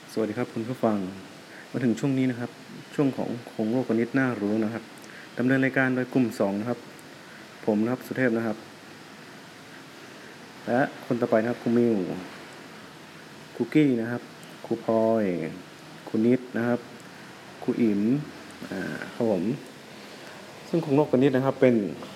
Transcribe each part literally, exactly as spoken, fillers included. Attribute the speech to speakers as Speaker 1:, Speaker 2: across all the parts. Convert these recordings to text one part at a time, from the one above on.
Speaker 1: สวัสดีครับคุณผู้ฟังมาถึงช่วงนี้นะครับช่วงของคงโลกคณิตน่ารู้นะครับดำเนินรายการโดยกลุ่มสองนะครับผมนะครับสุเทพนะครับและคนต่อไปนะครับครูมิวคุกกี้นะครับครูพลอยครูนิดนะครับครูอิ๋มอ่าครับผมซึ่งคงโลกคณิตนะครับเป็น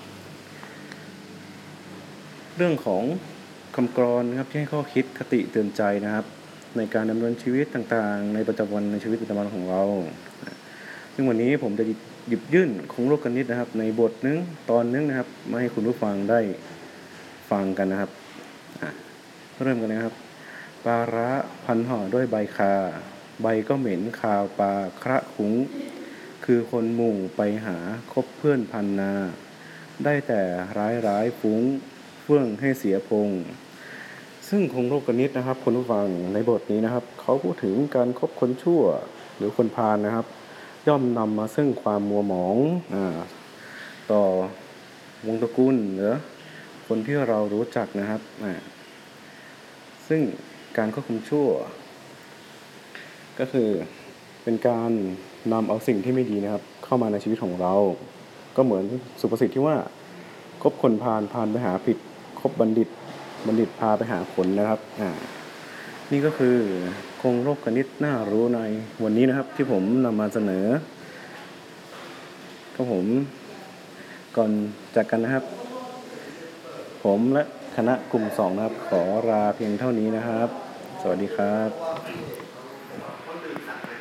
Speaker 1: เรื่องของคำกรอนนะครับที่ให้ข้อคิดคติเตือนใจนะครับในการดำเนินชีวิตต่างๆในประจำวันในชีวิตประจำวันของเรา ซึ่งวันนี้ผมจะหยิบยื่นของโลกคณิตนะครับในบทนึงตอนนึงนะครับมาให้คุณผู้ฟังได้ฟังกันนะครับเริ่มกันนะครับปลาร้าพันห่อด้วยใบคาใบก็เหม็นคาวปลาคระคุ้งคือคนหมู่ไปหาคบเพื่อนพันนาได้แต่ร้ายร้ายฟุ้งเฟื่องให้เสียพงซึ่งคงโลกคณิตนะครับคุณผู้ฟังในบทนี้นะครับเขาพูดถึงการคบคนชั่วหรือคนพาลนะครับย่อมนำมาซึ่งความมัวหมองอ่าต่อวงตระกูลหรือคนที่เรารู้จักนะครับอ่าซึ่งการควบคุมชั่วก็คือเป็นการนำเอาสิ่งที่ไม่ดีนะครับเข้ามาในชีวิตของเราก็เหมือนสุภาษิตที่ว่าคบคนพาลพาลไปหาผิดคบบัณฑิตบัณฑิตพาไปหาผลนะครับอ่านี่ก็คือคงโลกคณิตน่ารู้ในวันนี้นะครับที่ผมนำมาเสนอก็ผมก่อนจากกันนะครับผมและคณะกลุ่มสองนะครับขอลาเพียงเท่านี้นะครับสวัสดีครับ